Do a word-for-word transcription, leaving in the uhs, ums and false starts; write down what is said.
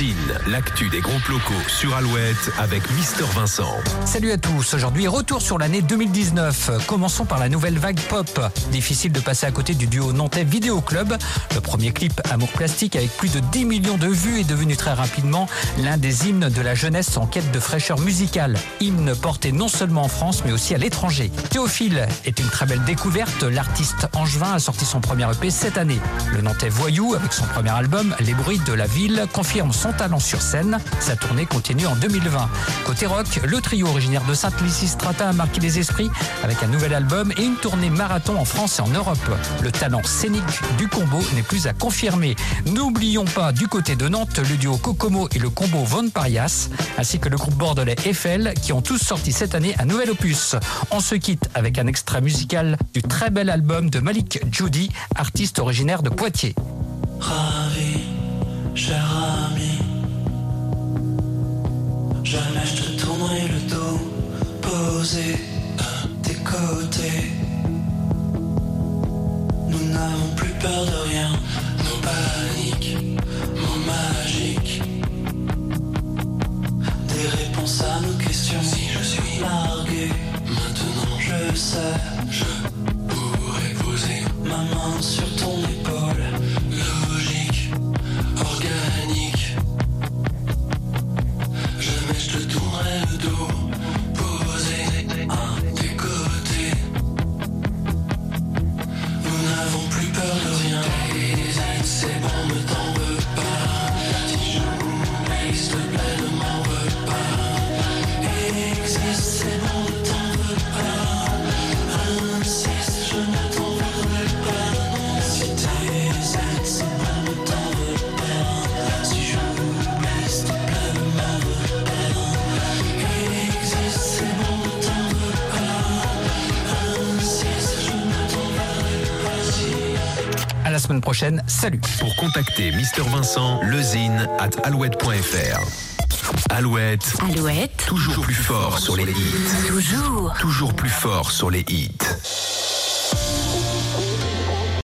Zine, l'actu des groupes locaux sur Alouette avec Mister Vincent. Salut à tous, aujourd'hui retour sur l'année deux mille dix-neuf. Commençons par la nouvelle vague pop. Difficile de passer à côté du duo nantais Vidéo Club. Le premier clip Amour Plastique avec plus de dix millions de vues est devenu très rapidement l'un des hymnes de la jeunesse en quête de fraîcheur musicale. Hymne porté non seulement en France mais aussi à l'étranger. Théophile est une très belle découverte. L'artiste angevin a sorti son premier E P cette année. Le nantais Voyou, avec son premier album Les bruits de la ville, confirme son talent sur scène. Sa tournée continue en deux mille vingt. Côté rock, le trio originaire de Sainte-Lysistrata a marqué les esprits avec un nouvel album et une tournée marathon en France et en Europe. Le talent scénique du combo n'est plus à confirmer. N'oublions pas du côté de Nantes le duo Kokomo et le combo Von Parias, ainsi que le groupe bordelais Eiffel qui ont tous sorti cette année un nouvel opus. On se quitte avec un extrait musical du très bel album de Malik Judy, artiste originaire de Poitiers. Ravi, cher ami, jamais je te tournerai le dos, posé à tes côtés. Nous n'avons plus peur de rien, nos paniques, mots magiques, des réponses à nos questions. Si je suis largué, maintenant je sais, je pourrais poser ma main sur ton épaule, logique, organique. Jamais je te tournerai le dos, posé à tes côtés. Nous n'avons plus peur de rien. C'est bon, ne t'en veux pas. Si j'oublie, s'il te plaît, ne m'en veux pas. Existe, c'est bon, ne t'en veux pas. Insiste, je ne t'en voudrais pas. Si t'hésites, c'est bon, ne t'en veux pas. Si j'oublie, s'il te plaît, ne m'en veux pas. Existe, c'est bon, ne t'en veux pas. Insiste, je ne t'en voudrais pas. Si À la semaine prochaine, salut. Pour contacter Mister Vincent, lezine at alouette point fr. Alouette, Alouette, toujours plus fort sur les hits. toujours. Toujours plus fort sur les hits.